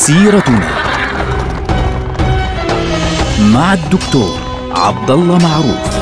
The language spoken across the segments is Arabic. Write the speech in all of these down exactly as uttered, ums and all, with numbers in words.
سيرتنا مع الدكتور عبد الله معروف.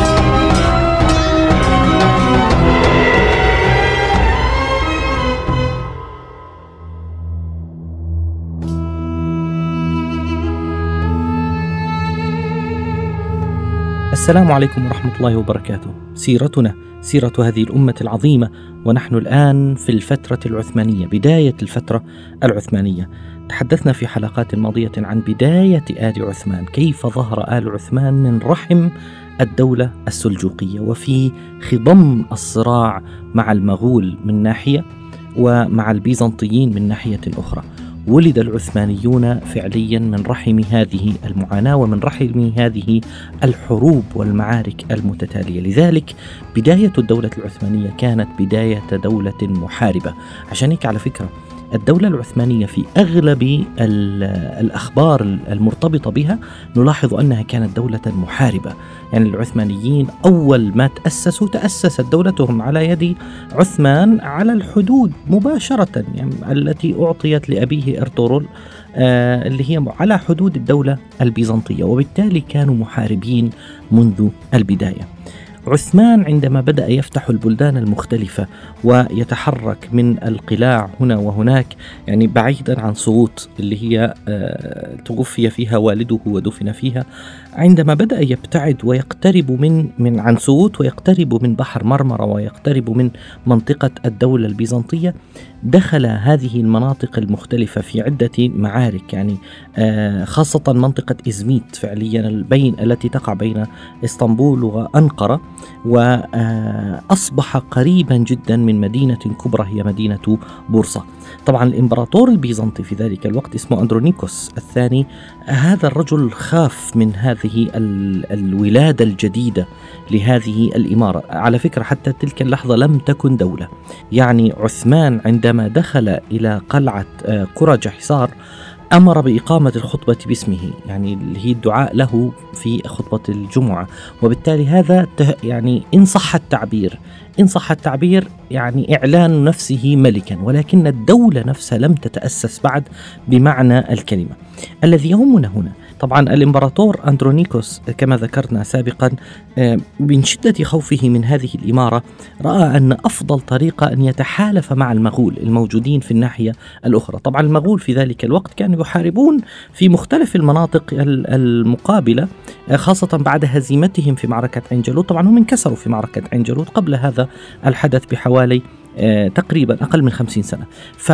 السلام عليكم ورحمة الله وبركاته. سيرتنا سيرة هذه الأمة العظيمة، ونحن الآن في الفترة العثمانية، بداية الفترة العثمانية. تحدثنا في حلقات ماضية عن بداية آل عثمان، كيف ظهر آل عثمان من رحم الدولة السلجوقية وفي خضم الصراع مع المغول من ناحية ومع البيزنطيين من ناحية أخرى. ولد العثمانيون فعليا من رحم هذه المعاناة ومن رحم هذه الحروب والمعارك المتتالية. لذلك بداية الدولة العثمانية كانت بداية دولة محاربة. عشان هيك على فكرة الدولة العثمانية في أغلب الأخبار المرتبطة بها نلاحظ أنها كانت دولة محاربة. يعني العثمانيين أول ما تأسسوا تأسست دولتهم على يد عثمان على الحدود مباشرة، يعني التي أعطيت لأبيه إرطغرل آه اللي هي على حدود الدولة البيزنطية، وبالتالي كانوا محاربين منذ البداية. عثمان عندما بدأ يفتح البلدان المختلفة ويتحرك من القلاع هنا وهناك، يعني بعيدا عن سقوط اللي هي آه توفي فيها والده ودفن فيها، عندما بدأ يبتعد ويقترب من من عن سقوط ويقترب من بحر مرمرة ويقترب من منطقة الدولة البيزنطية، دخل هذه المناطق المختلفة في عدة معارك، يعني آه خاصة منطقة إزميت فعليا البين التي تقع بين اسطنبول وأنقرة، وأصبح قريبا جدا من مدينة كبرى هي مدينة بورصة. طبعا الإمبراطور البيزنطي في ذلك الوقت اسمه أندرونيكوس الثاني، هذا الرجل خاف من هذه الولادة الجديدة لهذه الإمارة. على فكرة حتى تلك اللحظة لم تكن دولة، يعني عثمان عندما دخل إلى قلعة قرج حصار أمر بإقامة الخطبة باسمه، يعني اللي هي الدعاء له في خطبة الجمعة، وبالتالي هذا يعني إن صح التعبير إن صح التعبير يعني إعلان نفسه ملكا، ولكن الدولة نفسها لم تتأسس بعد بمعنى الكلمة. الذي يهمنا هنا طبعا الإمبراطور أندرونيكوس كما ذكرنا سابقا، من شدة خوفه من هذه الإمارة رأى أن أفضل طريقة أن يتحالف مع المغول الموجودين في الناحية الأخرى. طبعا المغول في ذلك الوقت كانوا يحاربون في مختلف المناطق المقابلة، خاصة بعد هزيمتهم في معركة عين جالوت. طبعا هم انكسروا في معركة عين جالوت قبل هذا الحدث بحوالي آه تقريبا أقل من خمسين سنة،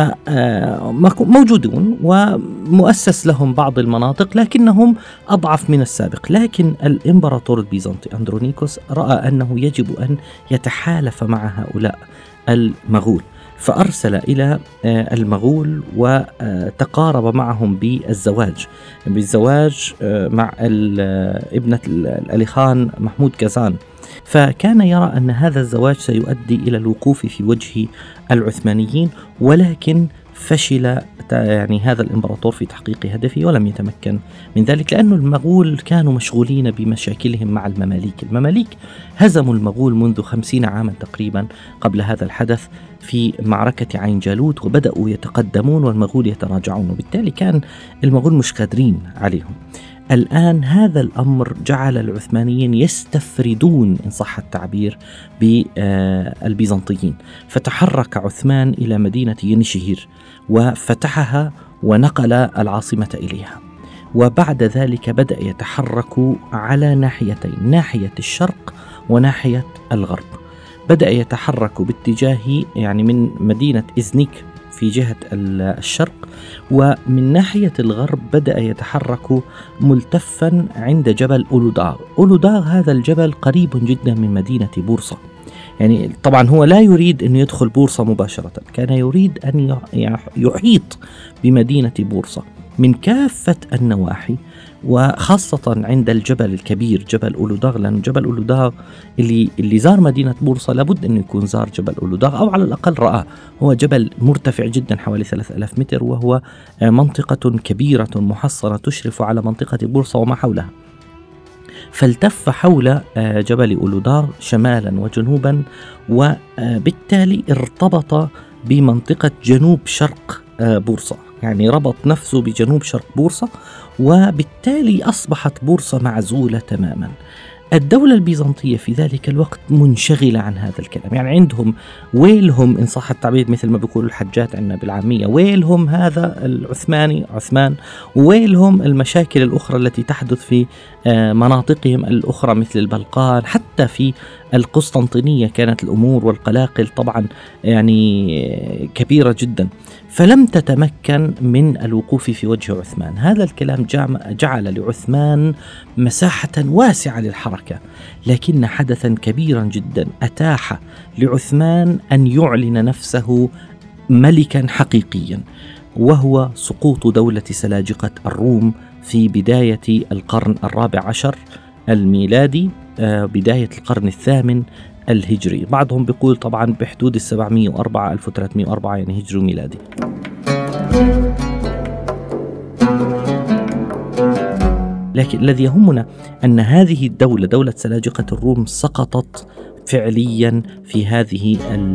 فموجودون ومؤسس لهم بعض المناطق لكنهم أضعف من السابق. لكن الإمبراطور البيزنطي أندرونيكوس رأى أنه يجب أن يتحالف مع هؤلاء المغول، فأرسل إلى آه المغول وتقارب معهم بالزواج بالزواج آه مع ابنة الألي خان محمود كازان. فكان يرى أن هذا الزواج سيؤدي إلى الوقوف في وجه العثمانيين، ولكن فشل يعني هذا الإمبراطور في تحقيق هدفه ولم يتمكن من ذلك، لأن المغول كانوا مشغولين بمشاكلهم مع المماليك. المماليك هزموا المغول منذ خمسين عاما تقريبا قبل هذا الحدث في معركة عين جالوت، وبدأوا يتقدمون والمغول يتراجعون، وبالتالي كان المغول مش قادرين عليهم. الآن هذا الأمر جعل العثمانيين يستفردون إن صح التعبير بالبيزنطيين، فتحرك عثمان إلى مدينة ينشهير وفتحها ونقل العاصمة إليها، وبعد ذلك بدأ يتحرك على ناحيتين، ناحية الشرق وناحية الغرب. بدأ يتحرك باتجاه يعني من مدينة إزنيك في جهة الشرق، ومن ناحية الغرب بدأ يتحرك ملتفا عند جبل أولوداغ. أولوداغ هذا الجبل قريب جدا من مدينة بورصة، يعني طبعا هو لا يريد أن يدخل بورصة مباشرة، كان يريد أن يحيط بمدينة بورصة من كافة النواحي، وخاصة عند الجبل الكبير جبل أولوداغ، لأن جبل أولوداغ اللي اللي زار مدينة بورصة لابد أن يكون زار جبل أولوداغ أو على الأقل رآه. هو جبل مرتفع جدا حوالي ثلاثة آلاف متر، وهو منطقة كبيرة محصنة تشرف على منطقة بورصة وما حولها. فالتف حول جبل أولوداغ شمالا وجنوبا، وبالتالي ارتبط بمنطقة جنوب شرق بورصة، يعني ربط نفسه بجنوب شرق بورصة، وبالتالي أصبحت بورصة معزولة تماما. الدولة البيزنطية في ذلك الوقت منشغلة عن هذا الكلام، يعني عندهم ويلهم إن صح التعبير مثل ما بيقول الحجات عندنا بالعامية، ويلهم هذا العثماني عثمان، ويلهم المشاكل الأخرى التي تحدث في مناطقهم الأخرى مثل البلقان. حتى في القسطنطينية كانت الأمور والقلاقل طبعا يعني كبيرة جدا، فلم تتمكن من الوقوف في وجه عثمان. هذا الكلام جعل لعثمان مساحة واسعة للحركة، لكن حدثا كبيرا جدا أتاح لعثمان أن يعلن نفسه ملكا حقيقيا، وهو سقوط دولة سلاجقة الروم في بداية القرن الرابع عشر الميلادي، بداية القرن الثامن الهجري. بعضهم بيقول طبعا بحدود السبعمائة وأربعة ألف وثلاثمائة وأربعة يعني هجري وميلادي. لكن الذي يهمنا أن هذه الدولة دولة سلاجقة الروم سقطت فعليا في هذه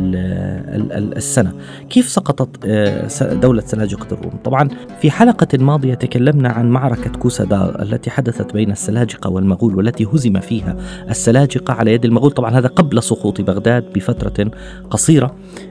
السنة. كيف سقطت دولة سلاجقة الروم؟ طبعا في حلقة ماضية تكلمنا عن معركة كوسادار التي حدثت بين السلاجقة والمغول، والتي هزم فيها السلاجقة على يد المغول. طبعا هذا قبل سقوط بغداد بفترة قصيرة،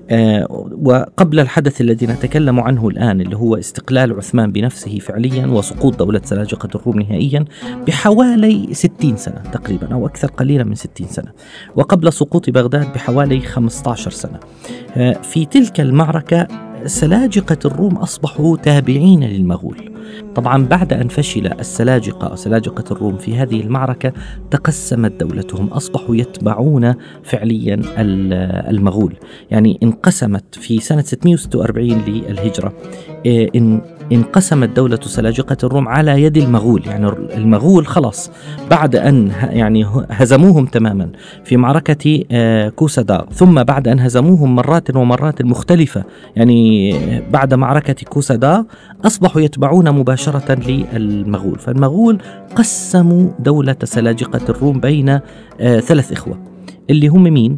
وقبل الحدث الذي نتكلم عنه الآن اللي هو استقلال عثمان بنفسه فعليا وسقوط دولة سلاجقة الروم نهائيا بحوالي ستين سنة تقريبا، أو أكثر قليلا من ستين سنة، وقبل سقوط بغداد بحوالي خمسة عشر سنة. في تلك المعركة سلاجقة الروم أصبحوا تابعين للمغول. طبعا بعد أن فشل السلاجقة أو سلاجقة الروم في هذه المعركة تقسمت دولتهم، أصبحوا يتبعون فعليا المغول، يعني انقسمت في سنة ستمائة وستة وأربعين للهجرة. إن انقسمت دولة سلاجقة الروم على يد المغول، يعني المغول خلاص بعد أن يعني هزموهم تماما في معركة كوسادار، ثم بعد أن هزموهم مرات ومرات مختلفة، يعني بعد معركة كوسادار أصبحوا يتبعون مباشرة للمغول. فالمغول قسموا دولة سلاجقة الروم بين آه ثلاث إخوة اللي هم مين؟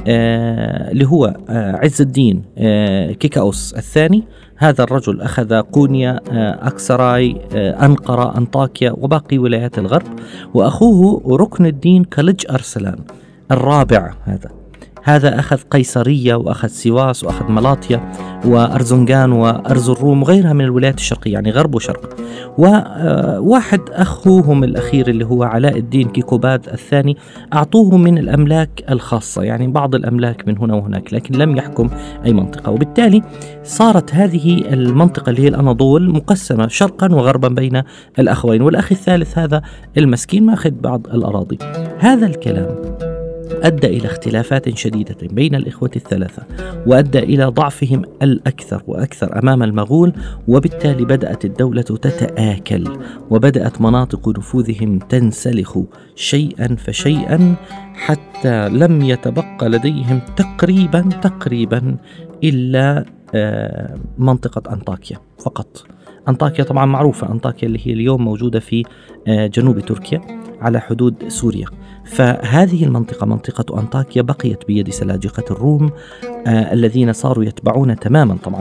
آه اللي هو آه عز الدين آه كيكاوس الثاني. هذا الرجل أخذ قونيا، آه أكسراي، آه أنقرة، أنطاكيا وباقي ولايات الغرب. وأخوه ركن الدين كلج أرسلان الرابع، هذا هذا أخذ قيصرية وأخذ سواس وأخذ ملاطيا وأرزنغان وأرز الروم وغيرها من الولايات الشرقية، يعني غرب وشرق. وواحد أخوهم الأخير اللي هو علاء الدين كيكوباد الثاني أعطوه من الأملاك الخاصة، يعني بعض الأملاك من هنا وهناك، لكن لم يحكم أي منطقة. وبالتالي صارت هذه المنطقة اللي هي الأناضول مقسمة شرقا وغربا بين الأخوين، والأخ الثالث هذا المسكين ما أخذ بعض الأراضي. هذا الكلام أدى إلى اختلافات شديدة بين الإخوة الثلاثة، وأدى إلى ضعفهم الأكثر وأكثر أمام المغول، وبالتالي بدأت الدولة تتآكل، وبدأت مناطق نفوذهم تنسلخ شيئا فشيئا، حتى لم يتبقى لديهم تقريبا تقريبا إلا منطقة أنطاكيا فقط. أنطاكيا طبعا معروفة، أنطاكيا اللي هي اليوم موجودة في جنوب تركيا على حدود سوريا. فهذه المنطقة منطقة أنطاكيا بقيت بيد سلاجقة الروم، آه الذين صاروا يتبعون تماما طبعا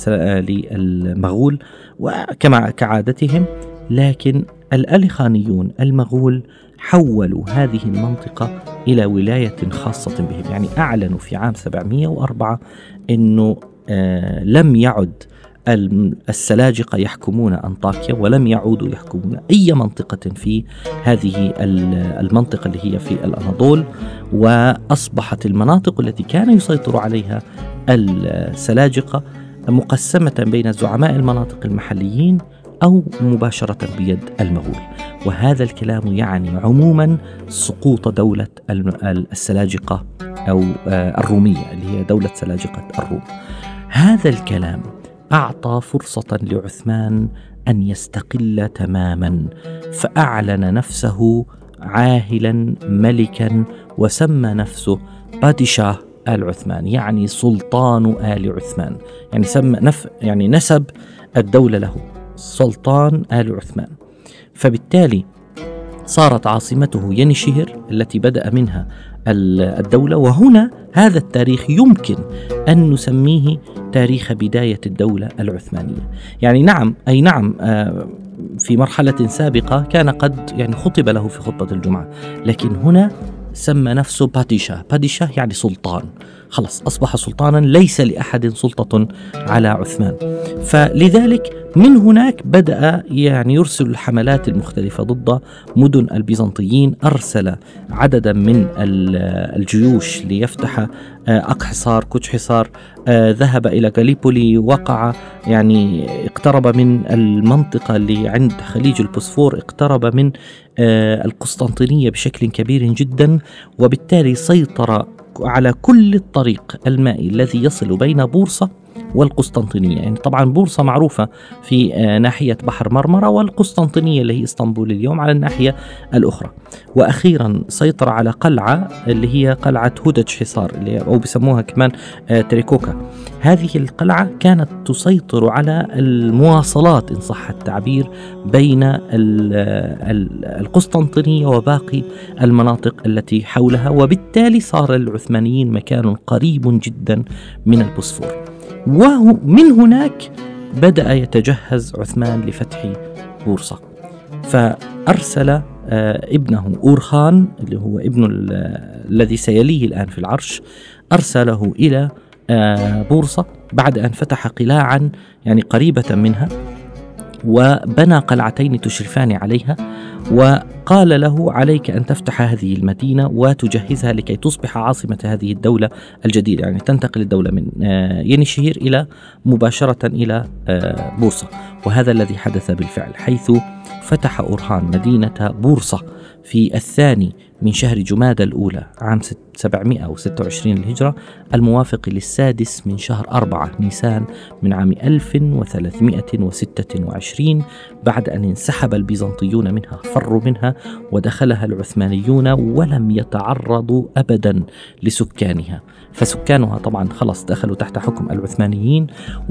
للمغول وكما كعادتهم. لكن الألخانيون المغول حولوا هذه المنطقة إلى ولاية خاصة بهم، يعني أعلنوا في عام سبعمائة وأربعة أنه آه لم يعد السلاجقة يحكمون أنطاكيا، ولم يعودوا يحكمون أي منطقة في هذه المنطقة اللي هي في الأناضول. وأصبحت المناطق التي كان يسيطر عليها السلاجقة مقسمة بين زعماء المناطق المحليين أو مباشرة بيد المغول. وهذا الكلام يعني عموما سقوط دولة السلاجقة أو الرومية اللي هي دولة سلاجقة الروم. هذا الكلام أعطى فرصة لعثمان أن يستقل تماما، فأعلن نفسه عاهلا ملكا، وسمى نفسه بادشاه آل عثمان، يعني سلطان آل عثمان، يعني سمى نف يعني نسب الدولة له سلطان آل عثمان. فبالتالي صارت عاصمته ينيشهر التي بدأ منها الدولة. وهنا هذا التاريخ يمكن أن نسميه تاريخ بداية الدولة العثمانية. يعني نعم أي نعم في مرحلة سابقة كان قد يعني خطب له في خطبة الجمعة، لكن هنا سمى نفسه بادشاه. بادشاه يعني سلطان، خلص أصبح سلطانا، ليس لأحد سلطة على عثمان. فلذلك من هناك بدأ يعني يرسل الحملات المختلفة ضد مدن البيزنطيين. أرسل عددا من الجيوش ليفتح أقحصار، كوتشحصار، ذهب إلى غاليبولي، وقع يعني اقترب من المنطقة اللي عند خليج البوسفور، اقترب من القسطنطينية بشكل كبير جدا، وبالتالي سيطر على كل الطريق المائي الذي يصل بين بورصة والقسطنطينية. يعني طبعا بورصة معروفة في ناحية بحر مرمرة، والقسطنطينية اللي هي اسطنبول اليوم على الناحية الأخرى. وأخيرا سيطر على قلعة اللي هي قلعة هودج حصار، اللي أو بيسموها كمان تريكوكا. هذه القلعة كانت تسيطر على المواصلات إن صح التعبير بين القسطنطينية وباقي المناطق التي حولها، وبالتالي صار العثمانيين مكان قريب جدا من البوسفور. ومن هناك بدأ يتجهز عثمان لفتح بورصة، فأرسل ابنه أورخان اللي هو ابن الذي سيليه الآن في العرش، أرسله إلى بورصة بعد أن فتح قلاعا يعني قريبة منها، وبنى قلعتين تشرفان عليها، وقال له عليك أن تفتح هذه المدينة وتجهزها لكي تصبح عاصمة هذه الدولة الجديدة. يعني تنتقل الدولة من ينيشهر إلى مباشرة إلى بورصة. وهذا الذي حدث بالفعل، حيث فتح أورخان مدينة بورصة في الثاني من شهر جمادى الأولى عام سبعمائة وستة وعشرين للهجرة، الموافق للسادس من شهر أربعة نيسان من عام ألف وثلاثمائة وستة وعشرين، بعد أن انسحب البيزنطيون منها، فروا منها ودخلها العثمانيون ولم يتعرضوا أبدا لسكانها. فسكانها طبعا خلص دخلوا تحت حكم العثمانيين.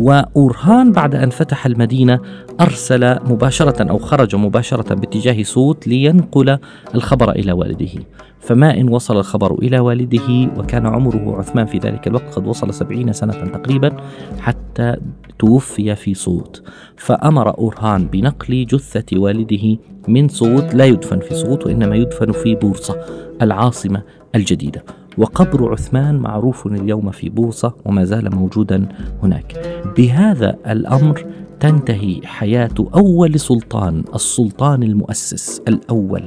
وأورخان بعد أن فتح المدينة أرسل مباشرة أو خرج مباشرة باتجاه صوت لينقل الخبر إلى والده. فما إن وصل الخبر إلى والده، وكان عمره عثمان في ذلك الوقت قد وصل سبعين سنة تقريبا حتى توفي في صوت. فأمر أورخان بنقل جثة والده من صوت، لا يدفن في صوت وإنما يدفن في بورصة العاصمة الجديدة. وقبر عثمان معروف اليوم في بورصة وما زال موجودا هناك. بهذا الأمر تنتهي حياة أول سلطان، السلطان المؤسس الأول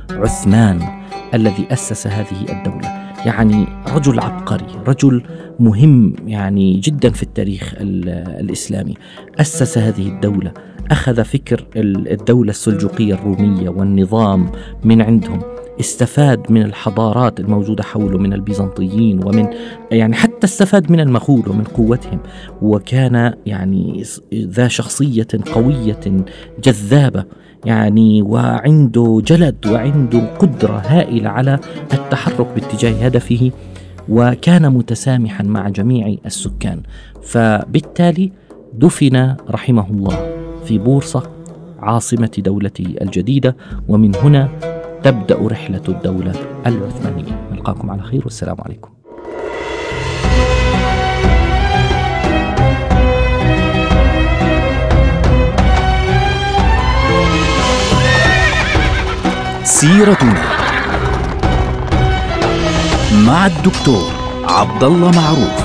عثمان الذي أسس هذه الدولة. يعني رجل عبقري، رجل مهم يعني جدا في التاريخ الإسلامي. أسس هذه الدولة، أخذ فكر الدولة السلجوقية الرومية والنظام من عندهم، استفاد من الحضارات الموجودة حوله من البيزنطيين، ومن يعني حتى استفاد من المغول ومن قوتهم، وكان يعني ذا شخصية قوية جذابة يعني، وعنده جلد وعنده قدرة هائلة على التحرك باتجاه هدفه، وكان متسامحا مع جميع السكان. فبالتالي دفن رحمه الله في بورصة عاصمة دولته الجديدة، ومن هنا تبدأ رحلة الدولة العثمانية. نلقاكم على خير والسلام عليكم. سيرتنا مع الدكتور عبد الله معروف.